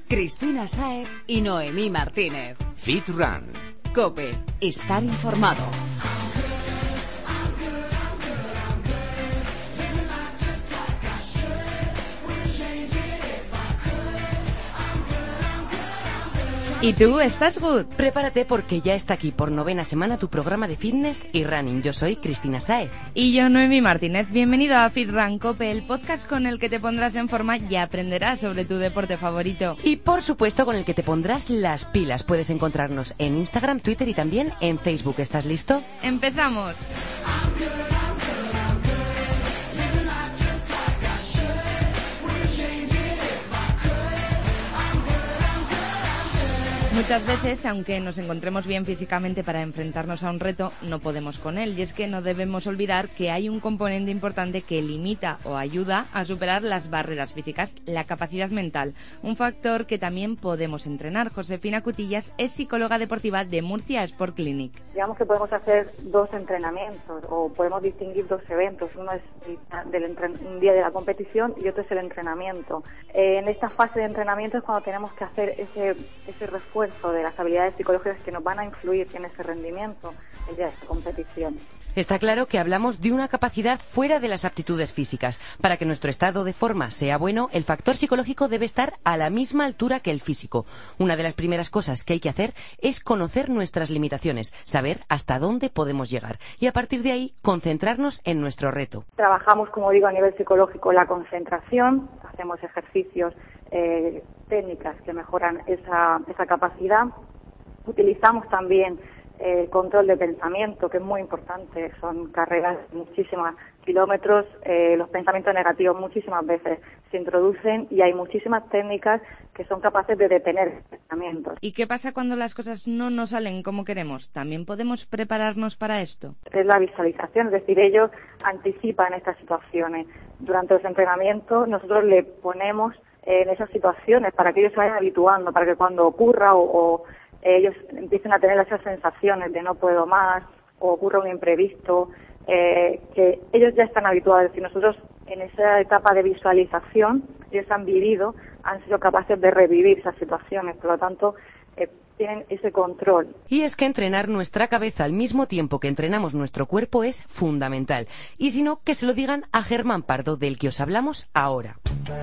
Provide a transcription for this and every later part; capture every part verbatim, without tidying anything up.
Cristina Sáez y Noemí Martínez. Fit Run. COPE. Estar informado. ¿Y tú estás good? Prepárate porque ya está aquí por novena semana tu programa de fitness y running. Yo soy Cristina Sáez. Y yo, Noemí Martínez. Bienvenido a Fit Run COPE, el podcast con el que te pondrás en forma y aprenderás sobre tu deporte favorito. Y por supuesto con el que te pondrás las pilas. Puedes encontrarnos en Instagram, Twitter y también en Facebook. ¿Estás listo? ¡Empezamos! Muchas veces, aunque nos encontremos bien físicamente para enfrentarnos a un reto, no podemos con él. Y es que no debemos olvidar que hay un componente importante que limita o ayuda a superar las barreras físicas, la capacidad mental. Un factor que también podemos entrenar. Josefina Cutillas es psicóloga deportiva de Murcia Sport Clinic. Digamos que podemos hacer dos entrenamientos o podemos distinguir dos eventos. Uno es del entren- un día de la competición y otro es el entrenamiento. Eh, en esta fase de entrenamiento es cuando tenemos que hacer ese, ese refuerzo de las habilidades psicológicas que nos van a influir en ese rendimiento el día de esta competición. Está claro que hablamos de una capacidad fuera de las aptitudes físicas. Para que nuestro estado de forma sea bueno, el factor psicológico debe estar a la misma altura que el físico. Una de las primeras cosas que hay que hacer es conocer nuestras limitaciones, saber hasta dónde podemos llegar y a partir de ahí concentrarnos en nuestro reto. Trabajamos, como digo, a nivel psicológico la concentración, hacemos ejercicios, eh, técnicas que mejoran esa, esa capacidad. Utilizamos también el control de pensamiento, que es muy importante. Son carreras de muchísimos kilómetros, eh, los pensamientos negativos muchísimas veces se introducen y hay muchísimas técnicas que son capaces de detener pensamientos. ¿Y qué pasa cuando las cosas no nos salen como queremos? ¿También podemos prepararnos para esto? Es la visualización, es decir, ellos anticipan estas situaciones. Durante los entrenamientos nosotros le ponemos en esas situaciones para que ellos se vayan habituando, para que cuando ocurra o, o ellos empiecen a tener esas sensaciones de no puedo más o ocurra un imprevisto, eh, que ellos ya están habituados. Es decir, nosotros en esa etapa de visualización ellos han vivido, han sido capaces de revivir esas situaciones, por lo tanto eh, tienen ese control. Y es que entrenar nuestra cabeza al mismo tiempo que entrenamos nuestro cuerpo es fundamental. Y si no, que se lo digan a Germán Pardo, del que os hablamos ahora.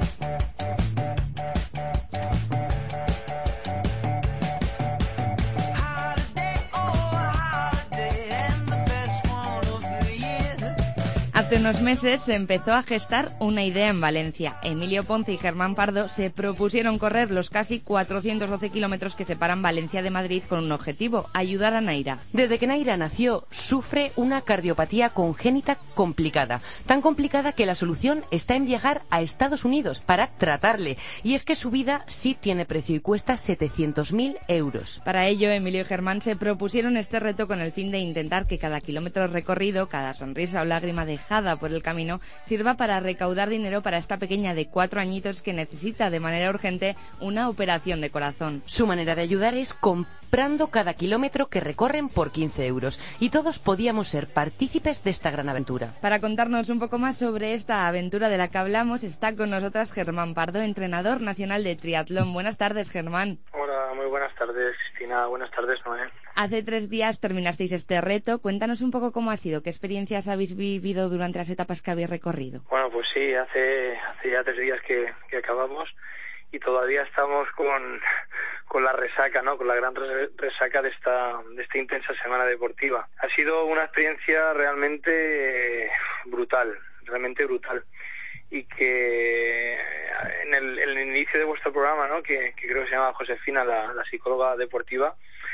Hace unos meses se empezó a gestar una idea en Valencia. Emilio Ponce y Germán Pardo se propusieron correr los casi cuatrocientos doce kilómetros que separan Valencia de Madrid con un objetivo: ayudar a Naira. Desde que Naira nació, sufre una cardiopatía congénita complicada. Tan complicada que la solución está en viajar a Estados Unidos para tratarle. Y es que su vida sí tiene precio y cuesta setecientos mil euros. Para ello, Emilio y Germán se propusieron este reto con el fin de intentar que cada kilómetro recorrido, cada sonrisa o lágrima dejada por el camino, sirva para recaudar dinero para esta pequeña de cuatro añitos que necesita de manera urgente una operación de corazón. Su manera de ayudar es comprando cada kilómetro que recorren por quince euros. Y todos podíamos ser partícipes de esta gran aventura. Para contarnos un poco más sobre esta aventura de la que hablamos, está con nosotras Germán Pardo, entrenador nacional de triatlón. Buenas tardes, Germán. Hola, muy buenas tardes, Cristina. Buenas tardes, Noé. Hace tres días terminasteis este reto. Cuéntanos un poco cómo ha sido, qué experiencias habéis vivido durante las etapas que habéis recorrido. Bueno, pues sí, hace, hace ya tres días que, que acabamos y todavía estamos con, con la resaca, ¿no? Con la gran resaca de esta, de esta intensa semana deportiva. Ha sido una experiencia realmente brutal, realmente brutal. Y que en el, en el inicio de vuestro programa, ¿no? que, que creo que se llama Josefina, la, la psicóloga deportiva,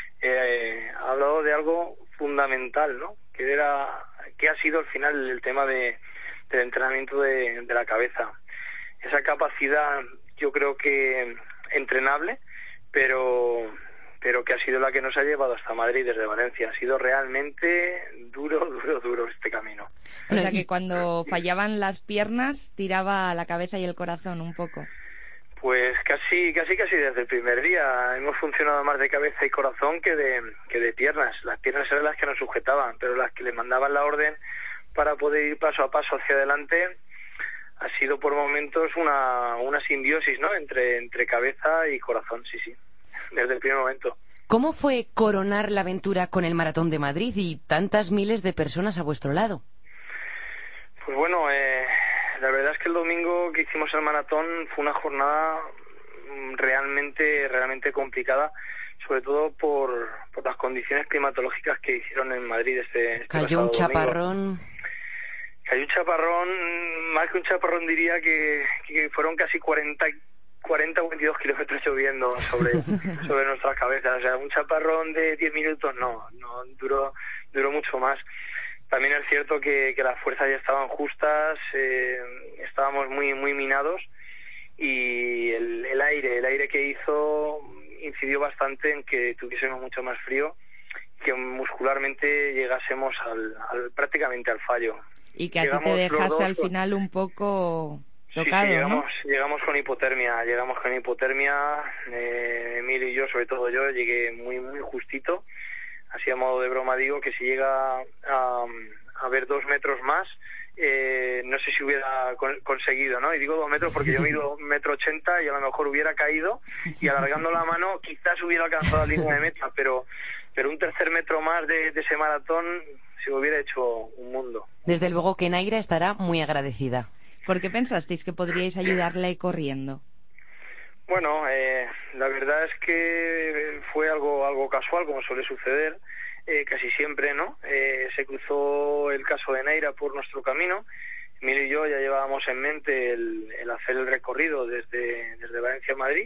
eh, ha hablado de algo fundamental, ¿no? Que era, que ha sido al final el tema de, del entrenamiento de, de la cabeza. Esa capacidad, yo creo que entrenable, pero pero que ha sido la que nos ha llevado hasta Madrid desde Valencia. Ha sido realmente duro, duro, duro este camino. O sea que cuando fallaban las piernas, tiraba la cabeza y el corazón un poco. Pues casi, casi, casi desde el primer día. Hemos funcionado más de cabeza y corazón que de, que de piernas. Las piernas eran las que nos sujetaban, pero las que le mandaban la orden para poder ir paso a paso hacia adelante ha sido por momentos una, una simbiosis, ¿no? Entre, entre cabeza y corazón, sí, sí, desde el primer momento. ¿Cómo fue coronar la aventura con el Maratón de Madrid y tantas miles de personas a vuestro lado? Pues bueno, eh, la verdad es que el domingo que hicimos el maratón fue una jornada realmente, realmente complicada, sobre todo por, por las condiciones climatológicas que hicieron en Madrid este, este Cayó un chaparrón. Domingo. Cayó un chaparrón, más que un chaparrón diría que, que fueron casi cuarenta o veintidós kilómetros lloviendo sobre, sobre nuestras cabezas. O sea, un chaparrón de diez minutos no, no duró, duró mucho más. También es cierto que, que las fuerzas ya estaban justas, eh, estábamos muy, muy minados, y el, el aire, el aire que hizo incidió bastante en que tuviésemos mucho más frío, que muscularmente llegásemos al, al prácticamente al fallo. Y que a ti te dejase al final un poco tocado, sí, sí, llegamos, ¿no? llegamos con hipotermia, llegamos con hipotermia, eh, Emilio y yo, sobre todo yo, llegué muy, muy justito, así a modo de broma digo que si llega a, a ver dos metros más, eh, no sé si hubiera con, conseguido, ¿no? Y digo dos metros porque yo mido un metro ochenta y a lo mejor hubiera caído y alargando la mano quizás hubiera alcanzado la línea de meta, pero, pero un tercer metro más de, de ese maratón se hubiera hecho un mundo. Desde luego que Naira estará muy agradecida. ¿Por qué pensasteis que podríais ayudarle corriendo? Bueno, eh, la verdad es que fue algo algo casual, como suele suceder eh, casi siempre, ¿no? Eh, se cruzó el caso de Naira por nuestro camino. Emilio y yo ya llevábamos en mente el, el hacer el recorrido desde, desde Valencia a Madrid.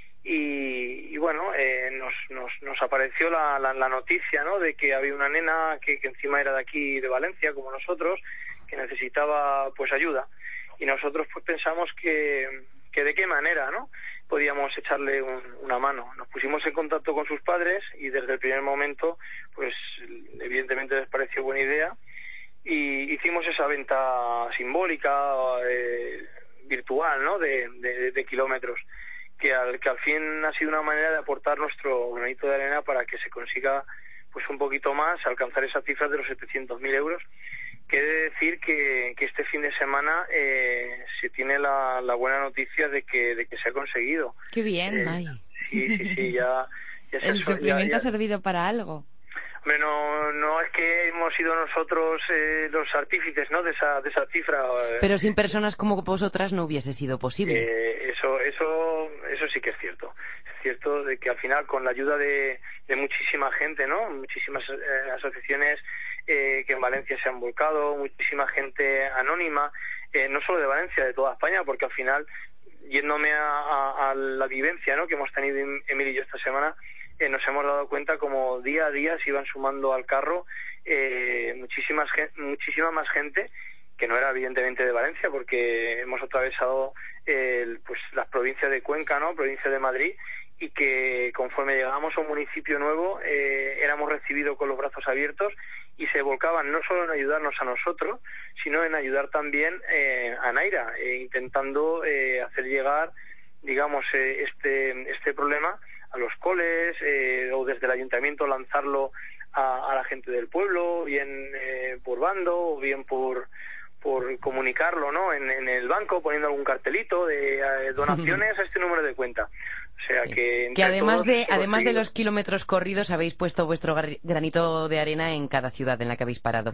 Y, y bueno, eh, nos, nos, nos apareció la, la, la noticia, ¿no?, de que había una nena que, que encima era de aquí, de Valencia, como nosotros, que necesitaba pues ayuda. Y nosotros pues pensamos que, que de qué manera, ¿no?, podíamos echarle un, una mano. Nos pusimos en contacto con sus padres y desde el primer momento, pues evidentemente les pareció buena idea y hicimos esa venta simbólica, eh, virtual, ¿no?, de, de, de kilómetros. Que al, que al fin ha sido una manera de aportar nuestro granito de arena para que se consiga pues un poquito más, alcanzar esa cifra de los setecientos mil euros. Que he de decir que, que este fin de semana eh, se tiene la, la buena noticia de que de que se ha conseguido. ¡Qué bien! Eh, Ay. Sí, sí, sí, ya... ya se El so, sufrimiento ya, ya... ha servido para algo. Hombre, no, no es que hemos sido nosotros eh, los artífices, ¿no?, de esa, de esa cifra. Pero sin personas como vosotras no hubiese sido posible. Eh, eso, eso, eso sí que es cierto. Es cierto de que al final, con la ayuda de, de muchísima gente, ¿no?, muchísimas eh, asociaciones eh, que en Valencia se han volcado, muchísima gente anónima, eh, no solo de Valencia, de toda España, porque al final, yéndome a, a, a la vivencia, ¿no?, que hemos tenido Emilio y yo esta semana, Eh, nos hemos dado cuenta como día a día se iban sumando al carro eh, muchísimas muchísima más gente que no era evidentemente de Valencia, porque hemos atravesado eh, pues las provincias de Cuenca, ¿no?, provincia de Madrid, y que conforme llegábamos a un municipio nuevo eh, éramos recibidos con los brazos abiertos y se volcaban no solo en ayudarnos a nosotros, sino en ayudar también eh, a Naira, eh, intentando eh, hacer llegar, digamos, eh, este este problema a los coles, eh, o desde el ayuntamiento lanzarlo a, a la gente del pueblo, bien eh, por bando, o bien por por comunicarlo, ¿no?, en, en el banco, poniendo algún cartelito de eh, donaciones a este número de cuenta. O sea que... Que además de además de los kilómetros corridos habéis puesto vuestro granito de arena en cada ciudad en la que habéis parado.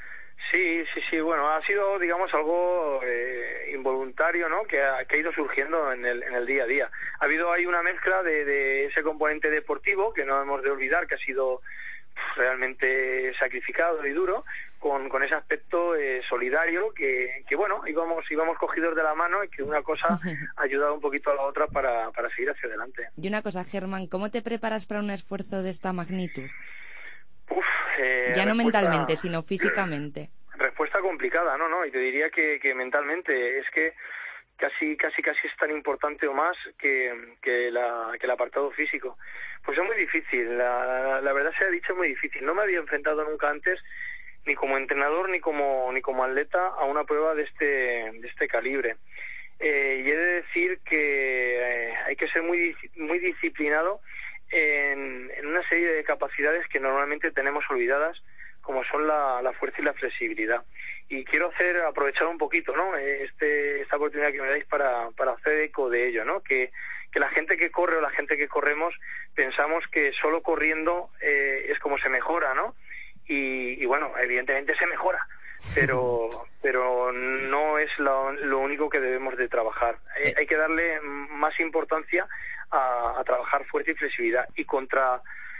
Sí, sí, sí, bueno, ha sido, digamos, algo eh, involuntario, ¿no?, que ha, que ha ido surgiendo en el, en el día a día. Ha habido ahí una mezcla de, de ese componente deportivo, que no hemos de olvidar, que ha sido realmente sacrificado y duro, con, con ese aspecto eh, solidario, que, que bueno, íbamos íbamos cogidos de la mano y que una cosa ha ayudado un poquito a la otra para, para seguir hacia adelante. Y una cosa, Germán, ¿cómo te preparas para un esfuerzo de esta magnitud? Uf, eh, ya no respuesta... mentalmente, sino físicamente. Respuesta complicada, no, no, y te diría que, que mentalmente es que casi, casi, casi es tan importante o más que, que, la, que el apartado físico. Pues es muy difícil, la, la verdad sea dicha, es muy difícil. No me había enfrentado nunca antes, ni como entrenador ni como ni como atleta, a una prueba de este de este calibre. Eh, y he de decir que eh, hay que ser muy muy disciplinado en, en una serie de capacidades que normalmente tenemos olvidadas como son la, la fuerza y la flexibilidad. Y quiero hacer, aprovechar un poquito, ¿no? Este, esta oportunidad que me dais para, para hacer eco de ello, ¿no? Que, que la gente que corre o la gente que corremos pensamos que solo corriendo eh, es como se mejora, ¿no? Y, y bueno, evidentemente se mejora, pero pero no es lo, lo único que debemos de trabajar. Hay, hay que darle más importancia a, a trabajar fuerza y flexibilidad, y contra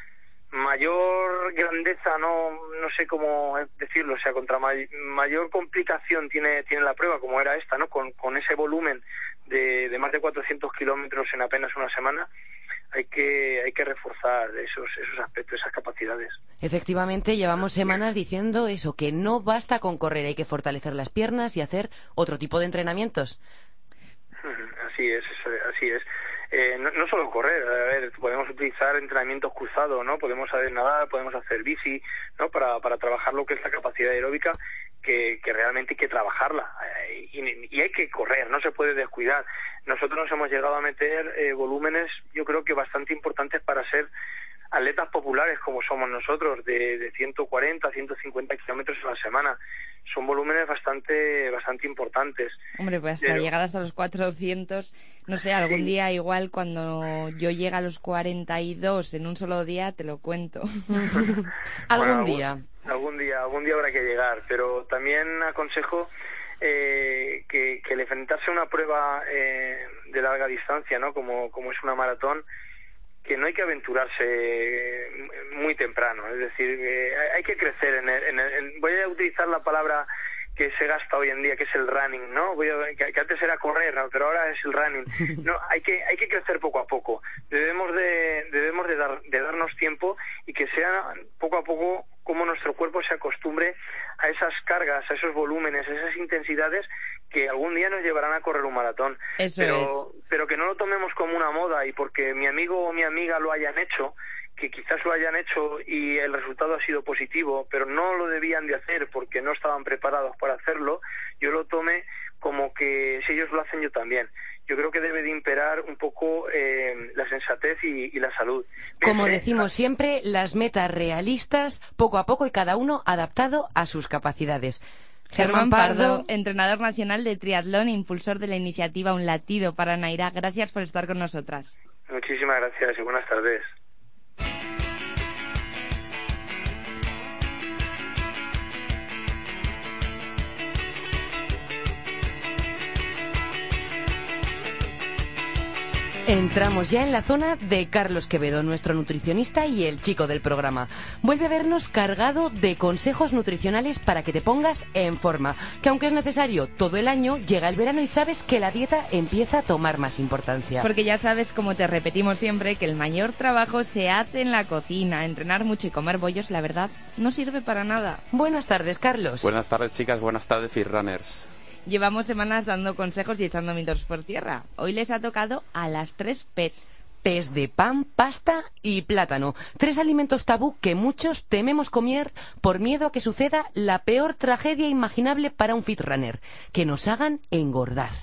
mayor grandeza, no no sé cómo decirlo, o sea, contra may, mayor complicación tiene tiene la prueba, como era esta, ¿no? Con, con ese volumen de, de más de cuatrocientos kilómetros en apenas una semana, hay que hay que reforzar esos esos aspectos, esas capacidades. Efectivamente, llevamos semanas diciendo eso, que no basta con correr, hay que fortalecer las piernas y hacer otro tipo de entrenamientos. Así es, así es. Eh, no, no solo correr, a ver, podemos utilizar entrenamientos cruzados, ¿no? Podemos hacer nadar, podemos hacer bici, ¿no? Para, para trabajar lo que es la capacidad aeróbica, que, que realmente hay que trabajarla. Eh, y, y hay que correr, no se puede descuidar. Nosotros nos hemos llegado a meter eh, volúmenes, yo creo que bastante importantes para ser atletas populares como somos nosotros, de, de ciento cuarenta, ciento cincuenta kilómetros a la semana. Son volúmenes bastante bastante importantes. Hombre, pues hasta Pero... llegar hasta los cuatrocientos, no sé, algún sí. día igual cuando yo llegue a los cuarenta y dos en un solo día, te lo cuento. ¿Algún bueno, día? Algún, algún día, algún día habrá que llegar, pero también aconsejo eh, que, que al enfrentarse a una prueba eh, de larga distancia, ¿no? Como, como es una maratón, que no hay que aventurarse muy temprano, es decir, eh, hay que crecer en el, en el en, voy a utilizar la palabra que se gasta hoy en día, que es el running, ¿no? Voy a, que, que antes era correr, ¿no? Pero ahora es el running. No, hay que hay que crecer poco a poco. Debemos de debemos de dar de darnos tiempo, y que sea poco a poco como nuestro cuerpo se acostumbre a esas cargas, a esos volúmenes, a esas intensidades que algún día nos llevarán a correr un maratón. Eso pero es. pero que no lo tomemos como una moda, y porque mi amigo o mi amiga lo hayan hecho, que quizás lo hayan hecho y el resultado ha sido positivo, pero no lo debían de hacer porque no estaban preparados para hacerlo, yo lo tome como que si ellos lo hacen, yo también. Yo creo que debe de imperar un poco eh, la sensatez y, y la salud. Como decimos siempre, las metas realistas, poco a poco, y cada uno adaptado a sus capacidades. Germán Pardo, entrenador nacional de triatlón e impulsor de la iniciativa Un Latido para Naira, gracias por estar con nosotras. Muchísimas gracias y buenas tardes. Entramos ya en la zona de Carlos Quevedo, nuestro nutricionista y el chico del programa. Vuelve a vernos cargado de consejos nutricionales para que te pongas en forma, que aunque es necesario todo el año, llega el verano y sabes que la dieta empieza a tomar más importancia. Porque ya sabes, como te repetimos siempre, que el mayor trabajo se hace en la cocina. Entrenar mucho y comer bollos, la verdad, no sirve para nada. Buenas tardes, Carlos. Buenas tardes, chicas. Buenas tardes, Fitrunners. Llevamos semanas dando consejos y echando mitos por tierra. Hoy les ha tocado a las tres P's. P's de pan, pasta y plátano. Tres alimentos tabú que muchos tememos comer por miedo a que suceda la peor tragedia imaginable para un fitrunner, que nos hagan engordar.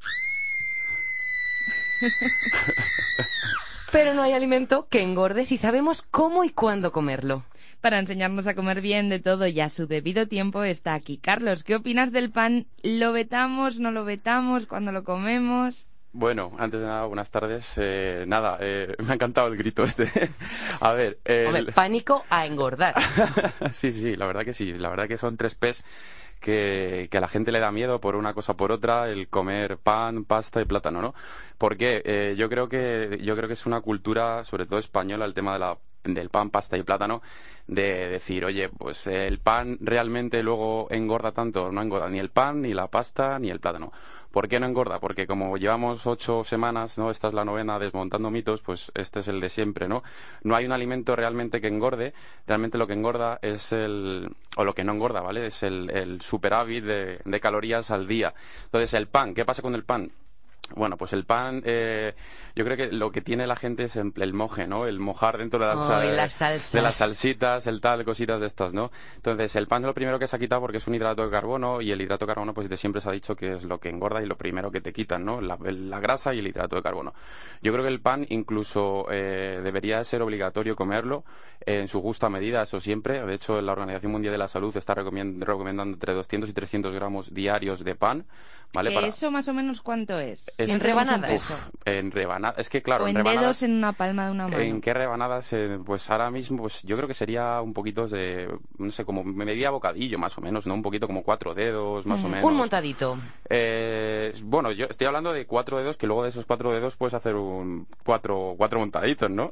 Pero no hay alimento que engorde si sabemos cómo y cuándo comerlo. Para enseñarnos a comer bien de todo y a su debido tiempo está aquí Carlos. ¿Qué opinas del pan? ¿Lo vetamos, no lo vetamos, cuando lo comemos? Bueno, antes de nada, buenas tardes. Eh, nada, eh, me ha encantado el grito este. A ver... El... Hombre, pánico a engordar. Sí, sí, la verdad que sí. La verdad que son tres P's que, que a la gente le da miedo por una cosa o por otra, el comer pan, pasta y plátano, ¿no? Porque eh, yo creo que yo creo que es una cultura, sobre todo española, el tema de la del pan, pasta y plátano, de decir, oye, pues el pan realmente luego engorda tanto. No engorda ni el pan, ni la pasta, ni el plátano. ¿Por qué no engorda? Porque como llevamos ocho semanas, ¿no? Esta es la novena desmontando mitos, pues este es el de siempre, ¿no? No hay un alimento realmente que engorde. Realmente lo que engorda es el... o lo que no engorda, ¿vale? Es el, el superávit de, de calorías al día. Entonces, el pan, ¿qué pasa con el pan? Bueno, pues el pan, eh, yo creo que lo que tiene la gente es el, el moje, ¿no? El mojar dentro de las, Oh, y eh, las salsas. de las salsitas, el tal, cositas de estas, ¿no? Entonces, el pan es lo primero que se ha quitado porque es un hidrato de carbono y el hidrato de carbono, pues de siempre se ha dicho que es lo que engorda y lo primero que te quitan, ¿no? La, la grasa y el hidrato de carbono. Yo creo que el pan incluso eh, debería ser obligatorio comerlo en su justa medida, eso siempre. De hecho, la Organización Mundial de la Salud está recomend recomendando entre doscientos y trescientos gramos diarios de pan, ¿vale? Para... ¿Eso más o menos cuánto es? Es- ¿En rebanadas? Uf, en rebanadas. Es que claro, ¿O en rebanadas. dedos en una palma de una mano? ¿En qué rebanadas? Eh, pues ahora mismo, pues yo creo que sería un poquito de, no sé, como media bocadillo más o menos, ¿no? Un poquito como cuatro dedos, más o menos. Un montadito. Eh, bueno, yo estoy hablando de cuatro dedos, que luego de esos cuatro dedos puedes hacer un cuatro, cuatro montaditos, ¿no?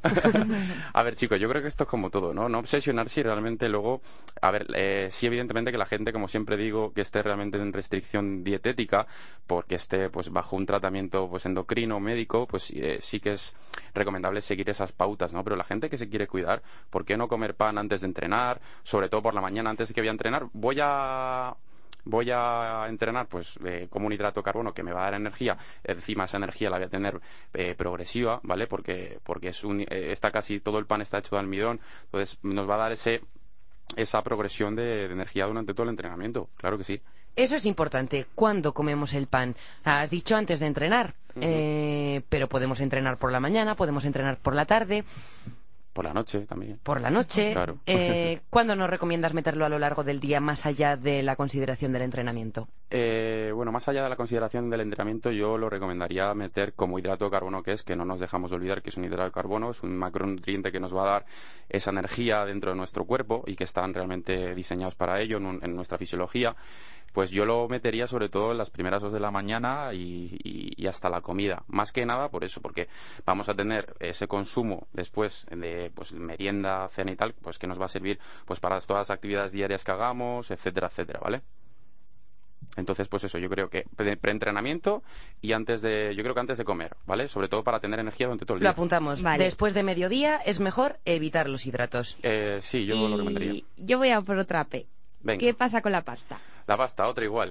A ver, chicos, yo creo que esto es como todo, ¿no? No obsesionarse y realmente luego, a ver, eh, sí, evidentemente que la gente, como siempre digo, que esté realmente en restricción dietética, porque esté pues bajo un tratamiento pues endocrino, médico, pues eh, sí que es recomendable seguir esas pautas, ¿no? Pero la gente que se quiere cuidar, ¿por qué no comer pan antes de entrenar? Sobre todo por la mañana, antes de que voy a entrenar, voy a... Voy a entrenar, pues, eh, como un hidrato de carbono que me va a dar energía. Encima, esa energía la voy a tener eh, progresiva, ¿vale? Porque, porque es un, eh, está casi todo el pan está hecho de almidón. Entonces, nos va a dar ese, esa progresión de, de energía durante todo el entrenamiento. Claro que sí. Eso es importante. ¿Cuándo comemos el pan? Has dicho antes de entrenar, Ujú. eh, pero podemos entrenar por la mañana, podemos entrenar por la tarde, Por la noche también. por la noche. Claro. Eh, ¿Cuándo nos recomiendas meterlo a lo largo del día más allá de la consideración del entrenamiento? Eh, bueno, más allá de la consideración del entrenamiento, yo lo recomendaría meter como hidrato de carbono, que es, que no nos dejamos de olvidar que es un hidrato de carbono, es un macronutriente que nos va a dar esa energía dentro de nuestro cuerpo y que están realmente diseñados para ello en, un- en nuestra fisiología. Pues yo lo metería sobre todo en las primeras dos de la mañana y, y- y hasta la comida. Más que nada por eso, porque vamos a tener ese consumo después de pues, merienda, cena y tal, pues que nos va a servir pues para todas las actividades diarias que hagamos, etcétera, etcétera, ¿vale? Entonces, pues eso, yo creo que pre- preentrenamiento y antes de, yo creo que antes de comer, ¿vale? Sobre todo para tener energía durante todo el Lo día. apuntamos. Vale. Después de mediodía es mejor evitar los hidratos. Eh, sí, yo lo recomendaría. Y yo voy a por otra P. Venga. ¿Qué pasa con la pasta? La pasta, otra igual.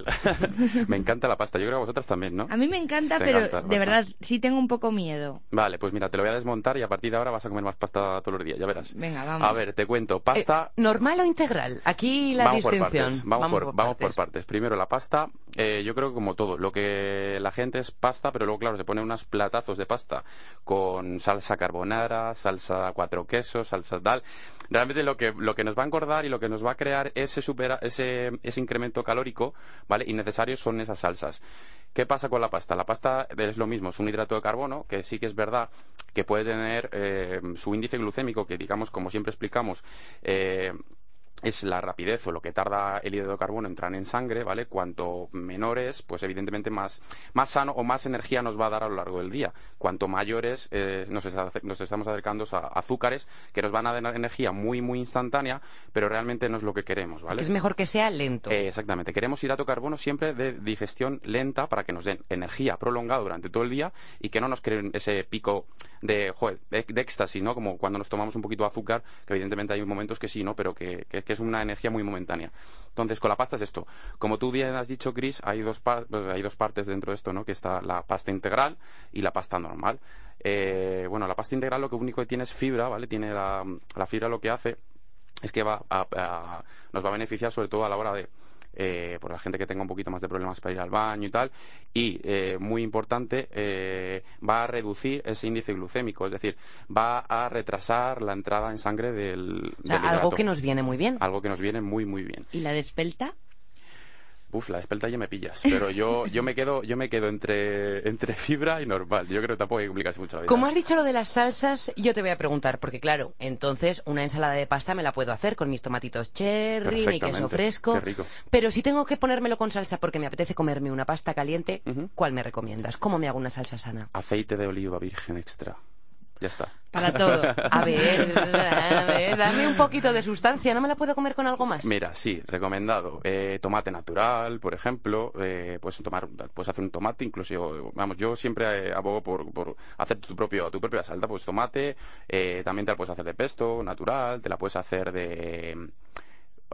Me encanta la pasta. Yo creo que a vosotras también, ¿no? A mí me encanta, Te pero encanta, de bastante. verdad sí tengo un poco miedo. Vale, pues mira, te lo voy a desmontar y a partir de ahora vas a comer más pasta todos los días, ya verás. Venga, vamos. A ver, te cuento. Pasta... Eh, ¿Normal o integral? Aquí la vamos por distinción. partes. Vamos, por, vamos por partes. partes. Primero, la pasta. Eh, yo creo que como todo, lo que la gente es pasta, pero luego, claro, se pone unos platazos de pasta con salsa carbonara, salsa cuatro quesos, salsa tal. Realmente lo que, lo que nos va a engordar y lo que nos va a crear ese, supera, ese, ese incremento calórico, ¿vale? Innecesario son esas salsas. ¿Qué pasa con la pasta? La pasta es lo mismo, es un hidrato de carbono, que sí que es verdad que puede tener eh, su índice glucémico, que digamos, como siempre explicamos, eh, es la rapidez o lo que tarda el hidrato de carbono en entrar en sangre, ¿vale? Cuanto menor es, pues evidentemente más, más sano o más energía nos va a dar a lo largo del día. Cuanto mayores eh, nos, está- nos estamos acercando a azúcares que nos van a dar energía muy, muy instantánea, pero realmente no es lo que queremos, ¿vale? Es mejor que sea lento. Eh, exactamente. Queremos hidrato de carbono siempre de digestión lenta para que nos den energía prolongada durante todo el día y que no nos creen ese pico de, joder, de, de éxtasis, ¿no? Como cuando nos tomamos un poquito de azúcar, que evidentemente hay momentos que sí, ¿no? Pero que, que, que es una energía muy momentánea. Entonces, con la pasta es esto. Como tú bien has dicho, Chris, hay dos, par pues, hay dos partes dentro de esto, ¿no? Que está la pasta integral y la pasta normal. Eh, bueno, la pasta integral lo que único que tiene es fibra, ¿vale? Tiene la, la fibra lo que hace es que va a, a- nos va a beneficiar sobre todo a la hora de eh, por la gente que tenga un poquito más de problemas para ir al baño y tal, y eh, muy importante, eh, va a reducir ese índice glucémico, es decir, va a retrasar la entrada en sangre del, O sea, del algo hidrato. que nos viene muy bien. Algo que nos viene muy muy bien. ¿Y la despelta? Uf, la despelta ya me pillas, pero yo yo me quedo yo me quedo entre entre fibra y normal. Yo creo que tampoco hay que complicarse mucho la vida. Como has dicho lo de las salsas, yo te voy a preguntar, porque claro, entonces una ensalada de pasta me la puedo hacer con mis tomatitos cherry, mi queso Perfectamente, fresco. qué rico. Pero si tengo que ponérmelo con salsa porque me apetece comerme una pasta caliente, Ujú. ¿cuál me recomiendas? ¿Cómo me hago una salsa sana? Aceite de oliva virgen extra. Ya está. Para todo. A ver, a ver, dame un poquito de sustancia, ¿no me la puedo comer con algo más? Mira, sí, recomendado. Eh, tomate natural, por ejemplo. Eh, puedes tomar, puedes hacer un tomate, incluso, vamos, yo siempre eh, abogo por, por hacer tu propio, tu propia salsa. Pues tomate, eh, también te la puedes hacer de pesto, natural, te la puedes hacer de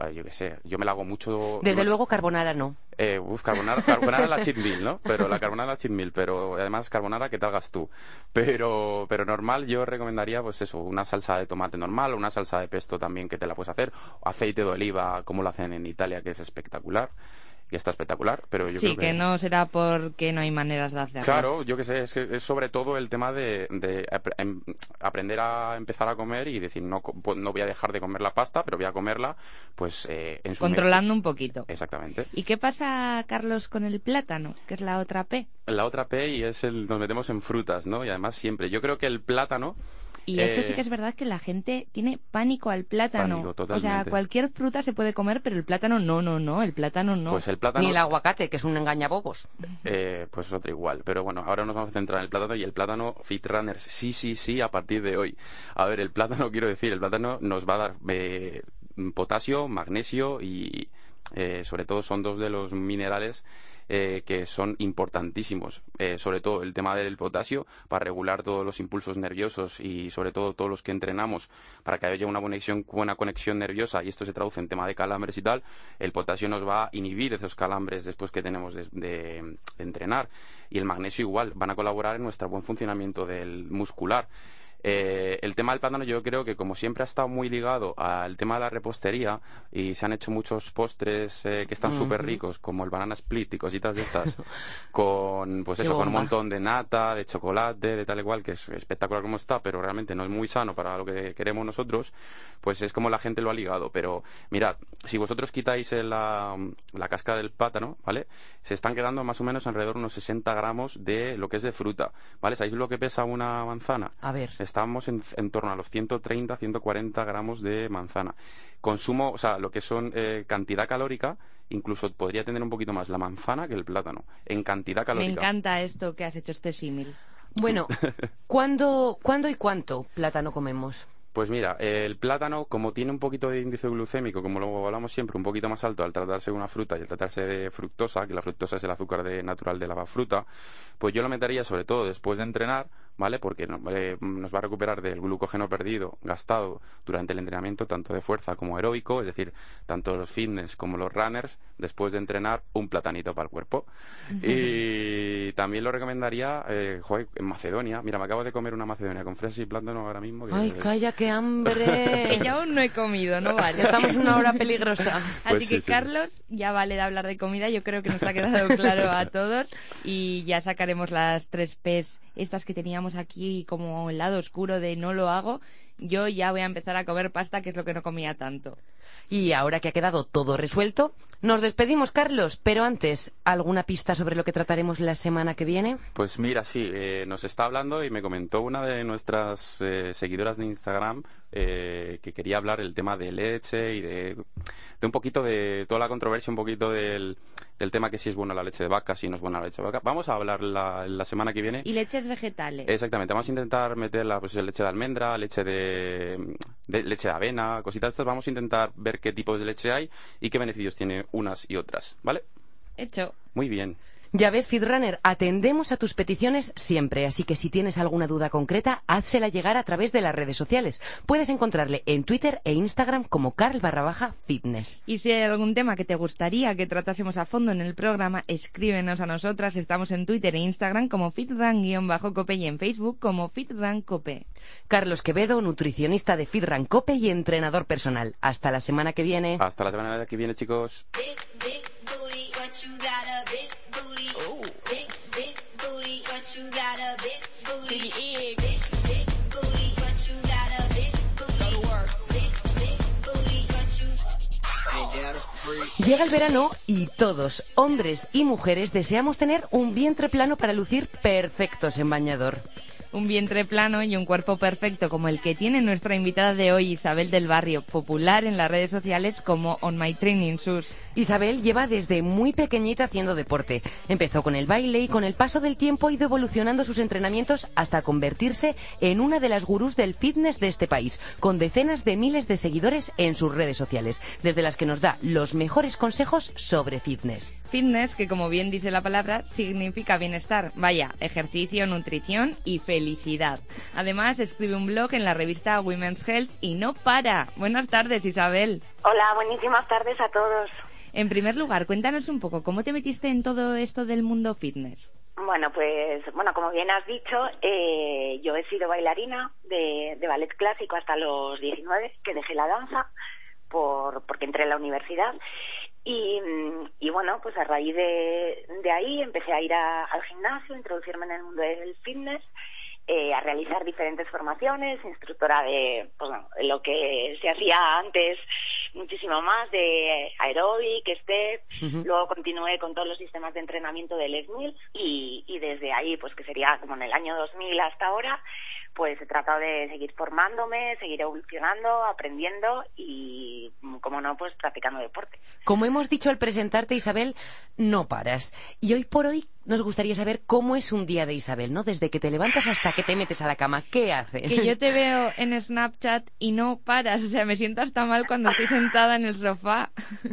yo qué sé, yo me la hago mucho... Desde no, luego carbonara no. Eh, uf, carbonara, carbonara la cheat meal, ¿no? Pero la carbonara la cheat meal, pero además carbonara que te hagas tú. Pero, pero normal yo recomendaría, pues eso, una salsa de tomate normal, una salsa de pesto también que te la puedes hacer, aceite de oliva, como lo hacen en Italia, que es espectacular. Que está espectacular, pero yo sí, creo que... que no será porque no hay maneras de hacerlo. Claro, yo que sé, es que es sobre todo el tema de, de ap- em- aprender a empezar a comer y decir, no, co- no voy a dejar de comer la pasta, pero voy a comerla, pues, eh, en su... Controlando un poquito. Exactamente. ¿Y qué pasa, Carlos, con el plátano, que es la otra P? La otra P y es el... nos metemos en frutas, ¿no? Y además siempre. Yo creo que el plátano... Y esto eh, sí que es verdad que la gente tiene pánico al plátano. Pánico, o totalmente. sea, cualquier fruta se puede comer, pero el plátano no, no, no, el plátano no. Pues el plátano... Ni el aguacate, que es un engañabobos. Eh, pues otro igual. Pero bueno, ahora nos vamos a centrar en el plátano y el plátano Fit Runners. Sí, sí, sí, a partir de hoy. A ver, el plátano, quiero decir, el plátano nos va a dar eh, potasio, magnesio y eh, sobre todo son dos de los minerales eh, que son importantísimos. Eh, sobre todo el tema del potasio para regular todos los impulsos nerviosos y sobre todo todos los que entrenamos para que haya una conexión, buena conexión nerviosa, y esto se traduce en tema de calambres y tal. El potasio nos va a inhibir esos calambres después que tenemos de, de, de entrenar, y el magnesio igual, van a colaborar en nuestro buen funcionamiento del muscular. Eh, el tema del plátano yo creo que como siempre ha estado muy ligado al tema de la repostería y se han hecho muchos postres eh, que están súper ricos, como el banana split y cositas de estas, con pues Qué eso, con un bomba. montón de nata, de chocolate, de tal y cual, que es espectacular como está, pero realmente no es muy sano para lo que queremos nosotros, pues es como la gente lo ha ligado. Pero mirad, si vosotros quitáis el, la, la cáscara del plátano, ¿vale? Se están quedando más o menos alrededor de unos sesenta gramos de lo que es de fruta, ¿vale? ¿Sabéis lo que pesa una manzana? A ver. Estamos en, en torno a los ciento treinta, ciento cuarenta gramos de manzana. Consumo, o sea, lo que son eh, cantidad calórica, incluso podría tener un poquito más la manzana que el plátano, en cantidad Me calórica. encanta esto que has hecho, este símil. Bueno, ¿cuándo, ¿cuándo y cuánto plátano comemos? Pues mira, el plátano, como tiene un poquito de índice glucémico, como lo hablamos siempre, un poquito más alto al tratarse de una fruta y al tratarse de fructosa, que la fructosa es el azúcar de, natural de la fruta, pues yo lo metería sobre todo después de entrenar, ¿vale? Porque no, eh, nos va a recuperar del glucógeno perdido, gastado durante el entrenamiento, tanto de fuerza como aeróbico, es decir, tanto los fitness como los runners, después de entrenar, un platanito para el cuerpo. Y también lo recomendaría, eh, joder, en Macedonia. Mira, me acabo de comer una Macedonia con fresas y plátano ahora mismo. Que, Ay, calla, qué hambre. Que yo aún no he comido, ¿no vale? Estamos en una hora peligrosa. Así Pues que, sí, sí. Carlos, ya vale de hablar de comida. Yo creo que nos ha quedado claro a todos. Y ya sacaremos las tres P's, estas que teníamos aquí como el lado oscuro de no lo hago. Yo ya voy a empezar a comer pasta, que es lo que no comía tanto. Y ahora que ha quedado todo resuelto, nos despedimos, Carlos. Pero antes, ¿alguna pista sobre lo que trataremos la semana que viene? Pues mira, sí, eh, nos está hablando y me comentó una de nuestras eh, seguidoras de Instagram eh, que quería hablar el tema de leche y de, de un poquito de toda la controversia, un poquito del, del tema que si es buena la leche de vaca, si no es buena la leche de vaca. Vamos a hablar la, la semana que viene. Y leches vegetales. Exactamente, vamos a intentar meterla, pues leche de almendra, leche de, de leche de avena, cositas de estas. Vamos a intentar ver qué tipos de leche hay y qué beneficios tiene unas y otras, ¿vale? Hecho. Muy bien. Ya ves, Fitrunner, atendemos a tus peticiones siempre, así que si tienes alguna duda concreta, házsela llegar a través de las redes sociales. Puedes encontrarle en Twitter e Instagram como Carl barra baja fitness. Y si hay algún tema que te gustaría que tratásemos a fondo en el programa, escríbenos a nosotras. Estamos en Twitter e Instagram como fitrun-cope y en Facebook como fitruncope. Carlos Quevedo, nutricionista de Fitrun Cope y entrenador personal. Hasta la semana que viene. Hasta la semana que viene, chicos. Llega el verano y todos, hombres y mujeres, deseamos tener un vientre plano para lucir perfectos en bañador. Un vientre plano y un cuerpo perfecto como el que tiene nuestra invitada de hoy, Isabel del Barrio, popular en las redes sociales como On My Training Shoes. Isabel lleva desde muy pequeñita haciendo deporte. Empezó con el baile y con el paso del tiempo ha ido evolucionando sus entrenamientos hasta convertirse en una de las gurús del fitness de este país, con decenas de miles de seguidores en sus redes sociales, desde las que nos da los mejores consejos sobre fitness. fitness, que como bien dice la palabra, significa bienestar. Vaya, ejercicio, nutrición y felicidad. Además, escribe un blog en la revista Women's Health y no para. Buenas tardes, Isabel. Hola, buenísimas tardes a todos. En primer lugar, cuéntanos un poco, ¿cómo te metiste en todo esto del mundo fitness? Bueno, pues, bueno, como bien has dicho, eh, yo he sido bailarina de, de ballet clásico hasta los diecinueve, que dejé la danza por porque entré en la universidad. Y, y bueno, pues a raíz de, de ahí empecé a ir a, al gimnasio, introducirme en el mundo del fitness, eh, a realizar diferentes formaciones, instructora de pues, bueno, lo que se hacía antes, muchísimo más, de aeróbic, step, uh-huh. Luego continué con todos los sistemas de entrenamiento del Les Mills y, y desde ahí, pues que sería como en el año dos mil hasta ahora, pues he tratado de seguir formándome, seguir evolucionando, aprendiendo y, como no, pues practicando deporte. Como hemos dicho al presentarte, Isabel, no paras. Y hoy por hoy nos gustaría saber cómo es un día de Isabel, ¿no? Desde que te levantas hasta que te metes a la cama. ¿Qué haces? Que yo te veo en Snapchat y no paras. O sea, me siento hasta mal cuando estoy sentada en el sofá.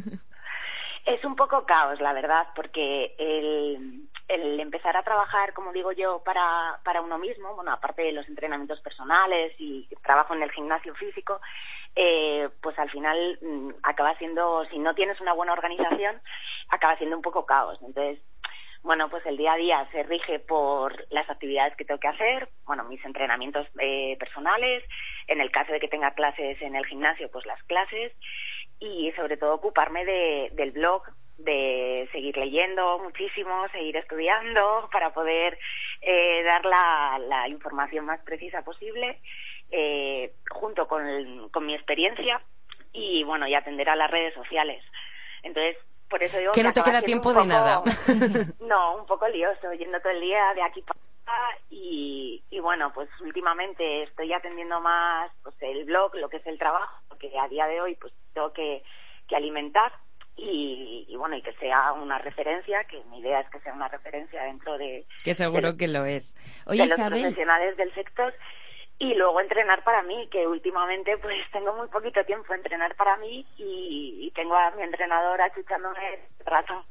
Es un poco caos, la verdad, porque el, el empezar a trabajar, como digo yo, para, para uno mismo, bueno, aparte de los entrenamientos personales y trabajo en el gimnasio físico, eh, pues al final mmm, acaba siendo, si no tienes una buena organización, acaba siendo un poco caos. Entonces, bueno, pues el día a día se rige por las actividades que tengo que hacer, bueno, mis entrenamientos eh, personales, en el caso de que tenga clases en el gimnasio, pues las clases, y sobre todo ocuparme de, del blog, de seguir leyendo muchísimo, seguir estudiando para poder eh, dar la, la información más precisa posible, eh, junto con, el, con mi experiencia y, bueno, y atender a las redes sociales. Entonces, por eso digo que, que no te queda tiempo de poco, nada. No, un poco lioso, yendo todo el día de aquí para allá y, y bueno, pues últimamente estoy atendiendo más pues el blog, lo que es el trabajo, porque a día de hoy pues tengo que, que alimentar y, y bueno, y que sea una referencia, que mi idea es que sea una referencia dentro de... Que seguro de, que lo es. Oye, de los Isabel, profesionales del sector. Y luego entrenar para mí, que últimamente pues tengo muy poquito tiempo a entrenar para mí y, y tengo a mi entrenadora achuchándome el rato.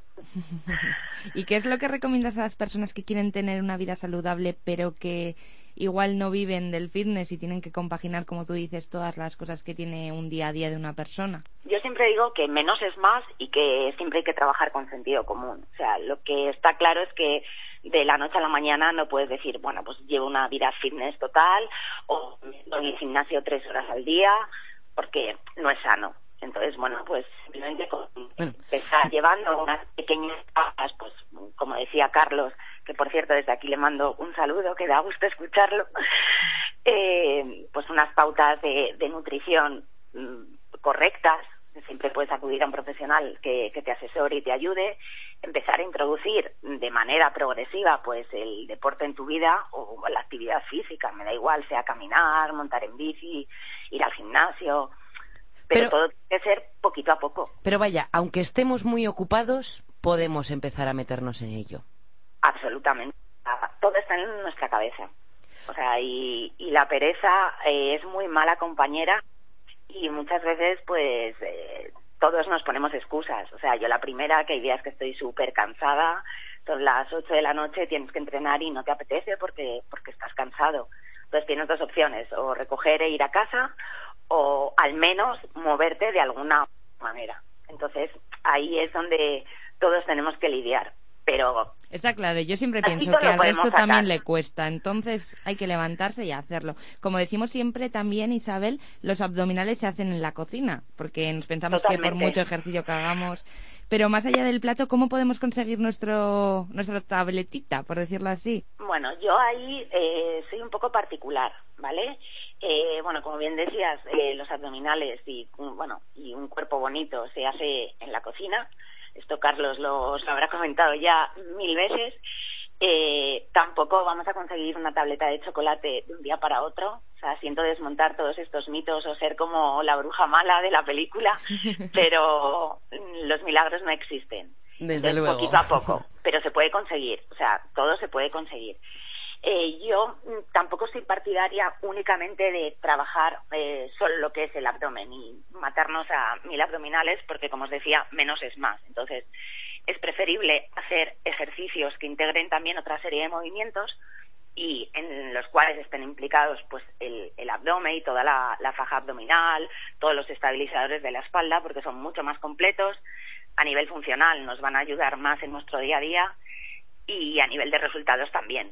¿Y qué es lo que recomiendas a las personas que quieren tener una vida saludable pero que igual no viven del fitness y tienen que compaginar, como tú dices, todas las cosas que tiene un día a día de una persona? Yo siempre digo que menos es más y que siempre hay que trabajar con sentido común. O sea, lo que está claro es que de la noche a la mañana no puedes decir, bueno, pues llevo una vida fitness total o voy al gimnasio tres horas al día, porque no es sano. Entonces, bueno, pues simplemente con empezar llevando unas pequeñas pautas, pues como decía Carlos, que por cierto desde aquí le mando un saludo, que da gusto escucharlo, eh, pues unas pautas de, de nutrición mmm, correctas. Siempre puedes acudir a un profesional que, que te asesore y te ayude, empezar a introducir de manera progresiva pues el deporte en tu vida o la actividad física, me da igual, sea caminar, montar en bici, ir al gimnasio, pero, pero todo tiene que ser poquito a poco. Pero vaya, aunque estemos muy ocupados, podemos empezar a meternos en ello. Absolutamente, todo está en nuestra cabeza, o sea, y, y la pereza eh, es muy mala compañera. Y muchas veces, pues, eh, todos nos ponemos excusas. O sea, yo la primera, que hay días que estoy súper cansada, son las ocho de la noche, tienes que entrenar y no te apetece porque porque estás cansado. Entonces tienes dos opciones, o recoger e ir a casa, o al menos moverte de alguna manera. Entonces, ahí es donde todos tenemos que lidiar. Pero está claro, yo siempre pienso que al resto también le cuesta, entonces hay que levantarse y hacerlo. Como decimos siempre también, Isabel, los abdominales se hacen en la cocina, porque nos pensamos Totalmente. que por mucho ejercicio que hagamos, pero más allá del plato, ¿cómo podemos conseguir nuestro nuestra tabletita, por decirlo así? Bueno, yo ahí eh, soy un poco particular, ¿vale? Eh, bueno, como bien decías, eh, los abdominales y bueno y un cuerpo bonito se hace en la cocina. Esto Carlos lo, lo habrá comentado ya mil veces. Eh, tampoco vamos a conseguir una tableta de chocolate de un día para otro. O sea, siento desmontar todos estos mitos o ser como la bruja mala de la película, pero los milagros no existen. Desde Entonces, luego. Poquito a poco, pero se puede conseguir. O sea, todo se puede conseguir. Eh, yo mm, tampoco soy partidaria únicamente de trabajar eh, solo lo que es el abdomen y matarnos a mil abdominales, porque, como os decía, menos es más. Entonces, es preferible hacer ejercicios que integren también otra serie de movimientos y en los cuales estén implicados pues el, el abdomen y toda la, la faja abdominal, todos los estabilizadores de la espalda, porque son mucho más completos. A nivel funcional nos van a ayudar más en nuestro día a día y a nivel de resultados también.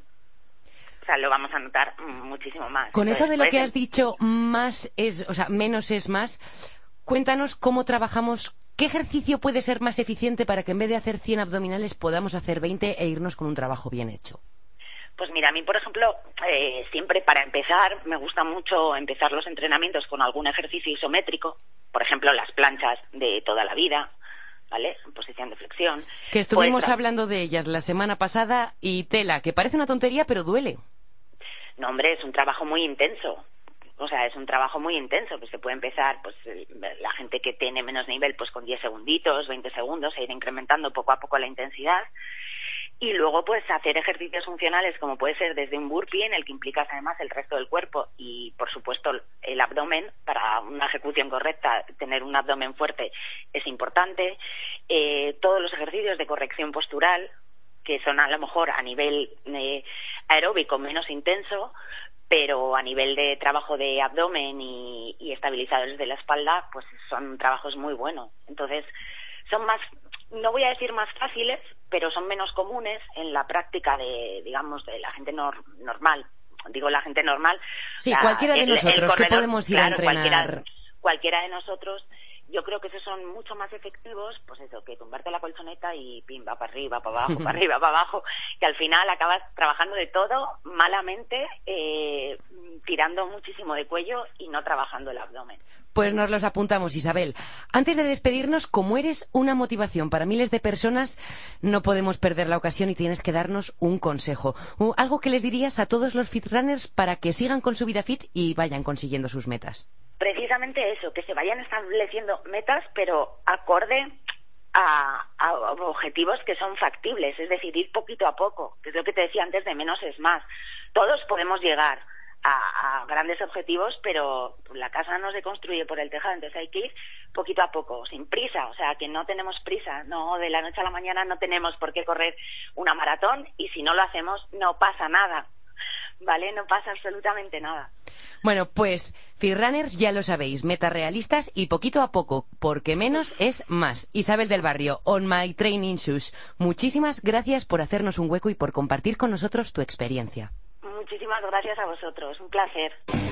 O sea, lo vamos a notar muchísimo más. Con Entonces, eso de lo pues, que has dicho, más es, o sea, menos es más, cuéntanos cómo trabajamos, qué ejercicio puede ser más eficiente para que en vez de hacer cien abdominales podamos hacer veinte e irnos con un trabajo bien hecho. Pues mira, a mí, por ejemplo, eh, siempre para empezar, me gusta mucho empezar los entrenamientos con algún ejercicio isométrico, por ejemplo, las planchas de toda la vida, ¿vale? En posición de flexión. Que estuvimos Pues, hablando de ellas la semana pasada y tela, que parece una tontería, pero duele. No, hombre, es un trabajo muy intenso. O sea, es un trabajo muy intenso, pues se puede empezar, pues la gente que tiene menos nivel, pues con diez segunditos, veinte segundos, e ir incrementando poco a poco la intensidad. Y luego, pues, hacer ejercicios funcionales, como puede ser desde un burpee, en el que implicas además el resto del cuerpo y, por supuesto, el abdomen. Para una ejecución correcta, tener un abdomen fuerte es importante. Eh, todos los ejercicios de corrección postural, que son a lo mejor a nivel eh, aeróbico menos intenso, pero a nivel de trabajo de abdomen y, y estabilizadores de la espalda, pues son trabajos muy buenos. Entonces, son más, no voy a decir más fáciles, pero son menos comunes en la práctica de, digamos, de la gente nor, normal. Digo la gente normal. Sí, la, cualquiera de el, nosotros, el corredor, que podemos ir claro, a entrenar. Cualquiera, cualquiera de nosotros. Yo creo que esos son mucho más efectivos, pues eso, que tumbarte la colchoneta y pim, va para arriba, para abajo, para arriba, para abajo, que al final acabas trabajando de todo malamente, eh, tirando muchísimo de cuello y no trabajando el abdomen. Pues nos los apuntamos, Isabel. Antes de despedirnos, como eres una motivación para miles de personas, no podemos perder la ocasión y tienes que darnos un consejo. Algo que les dirías a todos los fitrunners para que sigan con su vida fit y vayan consiguiendo sus metas. Precisamente eso, que se vayan estableciendo metas, pero acorde a, a objetivos que son factibles, es decir, ir poquito a poco, que es lo que te decía antes de menos es más. Todos podemos llegar a, a grandes objetivos, pero la casa no se construye por el tejado, entonces hay que ir poquito a poco, sin prisa, o sea, que no tenemos prisa, no de la noche a la mañana no tenemos por qué correr una maratón y si no lo hacemos no pasa nada. ¿Vale? No pasa absolutamente nada. Bueno, pues, Fitrunners, ya lo sabéis, metas realistas y poquito a poco, porque menos es más. Isabel del Barrio, On My Training Shoes, muchísimas gracias por hacernos un hueco y por compartir con nosotros tu experiencia. Muchísimas gracias a vosotros, un placer.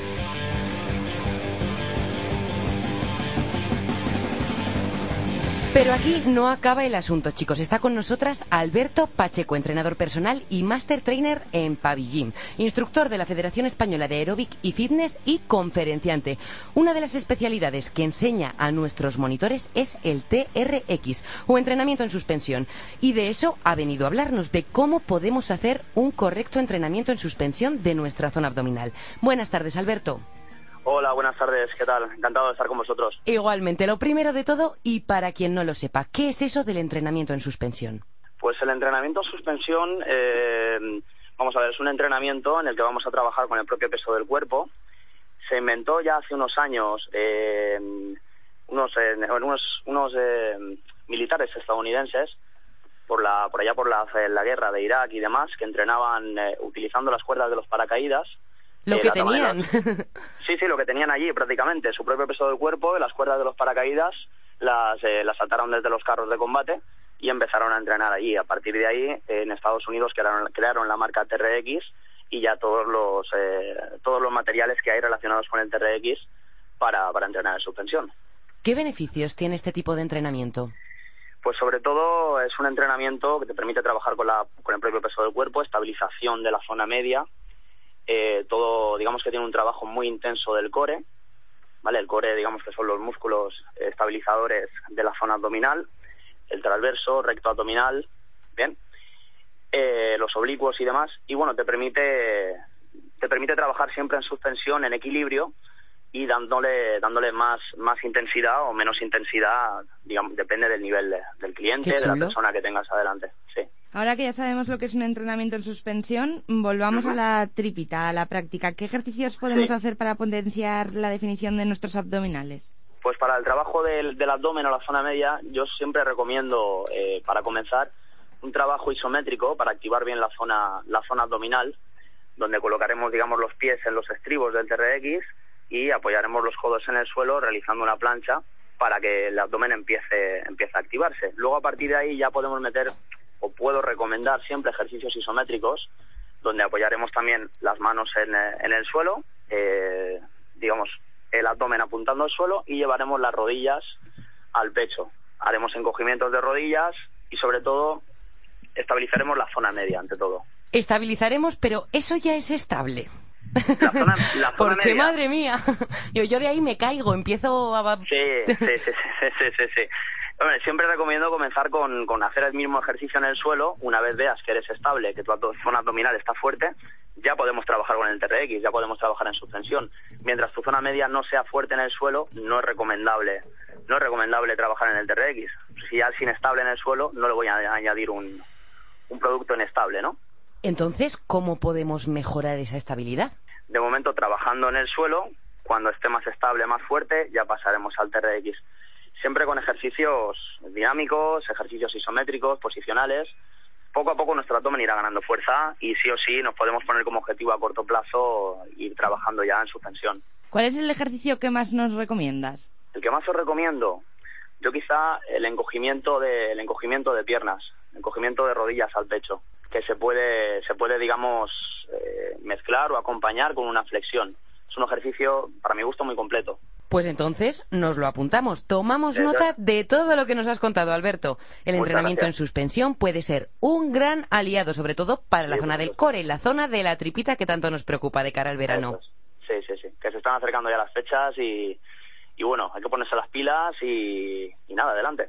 Pero aquí no acaba el asunto, chicos. Está con nosotras Alberto Pacheco, entrenador personal y Master Trainer en Pavigym, instructor de la Federación Española de Aeróbic y Fitness y conferenciante. Una de las especialidades que enseña a nuestros monitores es el T R X, o entrenamiento en suspensión. Y de eso ha venido a hablarnos, de cómo podemos hacer un correcto entrenamiento en suspensión de nuestra zona abdominal. Buenas tardes, Alberto. Hola, buenas tardes, ¿qué tal? Encantado de estar con vosotros. Igualmente, lo primero de todo, y para quien no lo sepa, ¿qué es eso del entrenamiento en suspensión? Pues el entrenamiento en suspensión, eh, vamos a ver, es un entrenamiento en el que vamos a trabajar con el propio peso del cuerpo. Se inventó ya hace unos años eh, unos, eh, unos, unos eh, militares estadounidenses, por la por allá por la, la guerra de Irak y demás, que entrenaban eh, utilizando las cuerdas de los paracaídas. Lo eh, que tenían. Sí, sí, lo que tenían allí prácticamente, su propio peso del cuerpo, las cuerdas de los paracaídas, las, eh, las saltaron desde los carros de combate y empezaron a entrenar allí. A partir de ahí, eh, en Estados Unidos crearon, crearon la marca T R X y ya todos los eh, todos los materiales que hay relacionados con el T R X para, para entrenar en suspensión. ¿Qué beneficios tiene este tipo de entrenamiento? Pues sobre todo es un entrenamiento que te permite trabajar con, la, con el propio peso del cuerpo, estabilización de la zona media. Eh, todo, digamos que tiene un trabajo muy intenso del core, ¿vale? El core, digamos que son los músculos estabilizadores de la zona abdominal, el transverso, recto abdominal, bien, eh, los oblicuos y demás, y bueno, te permite te permite trabajar siempre en suspensión, en equilibrio, y dándole dándole más más intensidad o menos intensidad, digamos, depende del nivel de, del cliente, de la persona que tengas adelante. Sí. Ahora que ya sabemos lo que es un entrenamiento en suspensión, volvamos uh-huh. a la tripita, a la práctica. ¿Qué ejercicios podemos sí. hacer para potenciar la definición de nuestros abdominales? Pues para el trabajo del, del abdomen o la zona media, yo siempre recomiendo, eh, para comenzar, un trabajo isométrico para activar bien la zona la zona abdominal, donde colocaremos, digamos, los pies en los estribos del T R X y apoyaremos los codos en el suelo realizando una plancha para que el abdomen empiece empiece a activarse. Luego, a partir de ahí, ya podemos meter, o puedo recomendar siempre, ejercicios isométricos, donde apoyaremos también las manos en, en el suelo, eh, digamos, el abdomen apuntando al suelo, y llevaremos las rodillas al pecho. Haremos encogimientos de rodillas y, sobre todo, estabilizaremos la zona media, ante todo. Estabilizaremos, pero eso ya es estable. La zona, la zona Porque, media. madre mía, yo, yo de ahí me caigo, empiezo a... Sí, sí, sí, sí, sí, sí, sí. Hombre, siempre recomiendo comenzar con, con hacer el mismo ejercicio en el suelo. Una vez veas que eres estable, que tu zona abdominal está fuerte, ya podemos trabajar con el T R X, ya podemos trabajar en suspensión. Mientras tu zona media no sea fuerte en el suelo, no es recomendable no es recomendable trabajar en el T R X. Si ya es inestable en el suelo, no le voy a añadir un, un producto inestable, ¿no? Entonces, ¿cómo podemos mejorar esa estabilidad? De momento, trabajando en el suelo. Cuando esté más estable, más fuerte, ya pasaremos al T R X. Siempre con ejercicios dinámicos, ejercicios isométricos, posicionales. Poco a poco nuestro abdomen irá ganando fuerza y sí o sí nos podemos poner como objetivo a corto plazo ir trabajando ya en suspensión. ¿Cuál es el ejercicio que más nos recomiendas? El que más os recomiendo, yo quizá el encogimiento de el encogimiento de piernas, el encogimiento de rodillas al pecho, que se puede se puede digamos eh, mezclar o acompañar con una flexión. Es un ejercicio, para mi gusto, muy completo. Pues entonces nos lo apuntamos. Tomamos Eso nota es. de todo lo que nos has contado, Alberto. El Muchas entrenamiento gracias. en suspensión puede ser un gran aliado, sobre todo para la Sí, zona pues, del core, la zona de la tripita que tanto nos preocupa de cara al verano. Eso es. Sí, sí, sí. Que se están acercando ya las fechas y, y bueno, hay que ponerse las pilas y, y nada, adelante.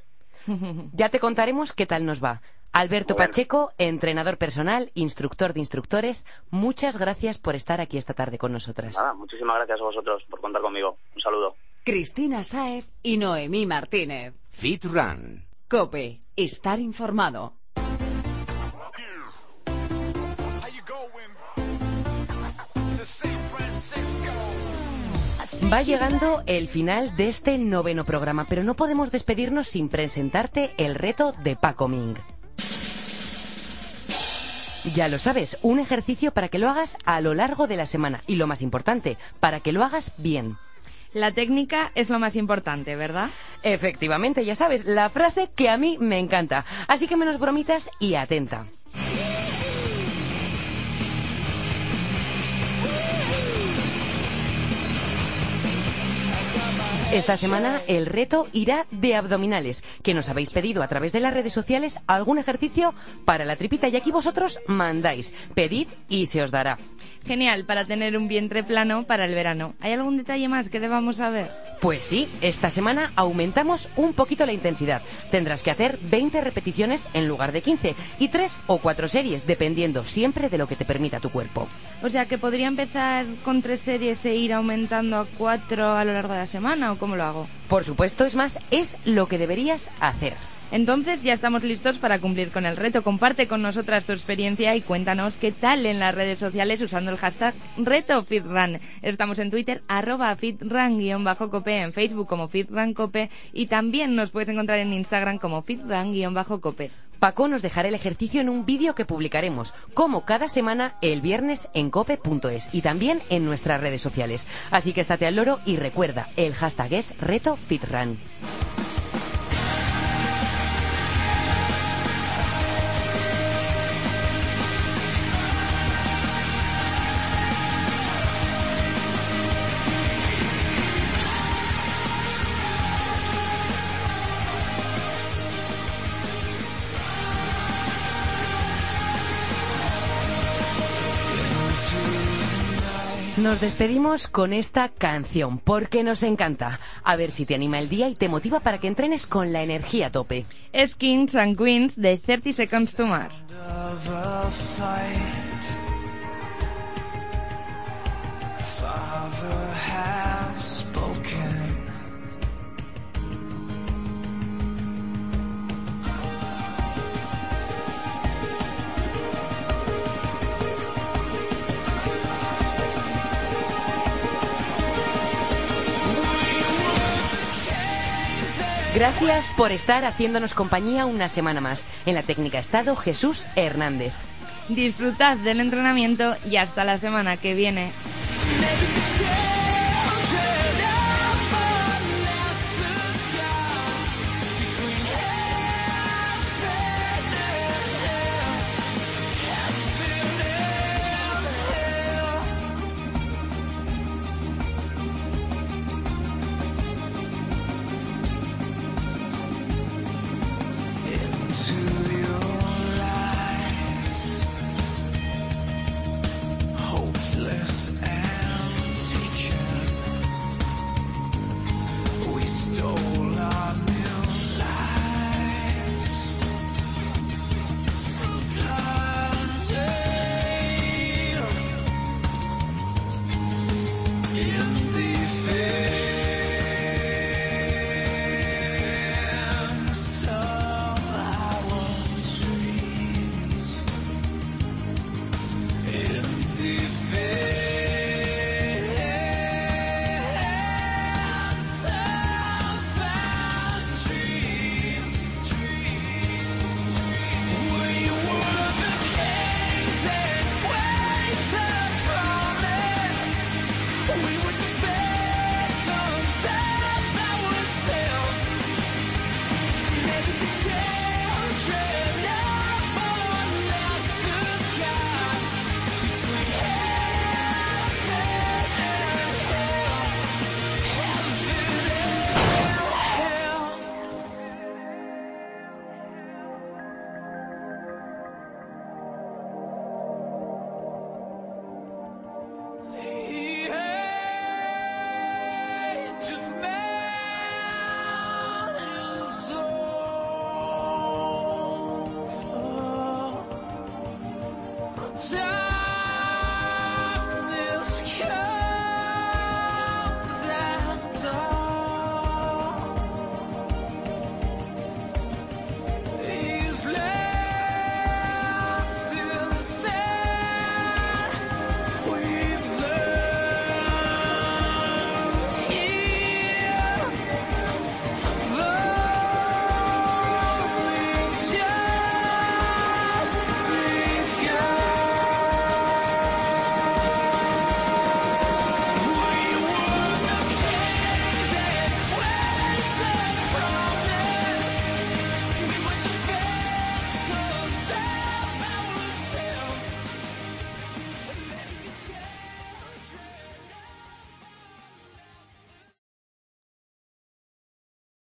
Ya te contaremos qué tal nos va. Alberto Bueno. Pacheco, entrenador personal, instructor de instructores, muchas gracias por estar aquí esta tarde con nosotras. Nada, muchísimas gracias a vosotros por contar conmigo. Un saludo. Cristina Sáez y Noemí Martínez. Fit Run. COPE. Estar informado. Va llegando el final de este noveno programa, pero no podemos despedirnos sin presentarte el reto de Paco Ming. Ya lo sabes, un ejercicio para que lo hagas a lo largo de la semana y, lo más importante, para que lo hagas bien. La técnica es lo más importante, ¿verdad? Efectivamente, ya sabes, la frase que a mí me encanta. Así que menos bromitas y atenta. Esta semana el reto irá de abdominales, que nos habéis pedido a través de las redes sociales algún ejercicio para la tripita y aquí vosotros mandáis, pedid y se os dará. Genial, para tener un vientre plano para el verano. ¿Hay algún detalle más que debamos saber? Pues sí, esta semana aumentamos un poquito la intensidad. Tendrás que hacer veinte repeticiones en lugar de quince y tres o cuatro series, dependiendo siempre de lo que te permita tu cuerpo. O sea, que podría empezar con tres series e ir aumentando a cuatro a lo largo de la semana, ¿o cómo lo hago? Por supuesto, es más, es lo que deberías hacer. Entonces ya estamos listos para cumplir con el reto. Comparte con nosotras tu experiencia y cuéntanos qué tal en las redes sociales usando el hashtag RetoFitRun. Estamos en Twitter, arroba FitRun-cope, en Facebook como FitRunCope y también nos puedes encontrar en Instagram como FitRun-cope. Paco nos dejará el ejercicio en un vídeo que publicaremos, como cada semana, el viernes en cope punto es y también en nuestras redes sociales. Así que estate al loro y recuerda, el hashtag es RetoFitRun. Nos despedimos con esta canción, porque nos encanta. A ver si te anima el día y te motiva para que entrenes con la energía a tope. Es Kings and Queens de thirty seconds to Mars. Father has Gracias por estar haciéndonos compañía una semana más. En la técnica ha estado Jesús Hernández. Disfrutad del entrenamiento y hasta la semana que viene. Maybe to share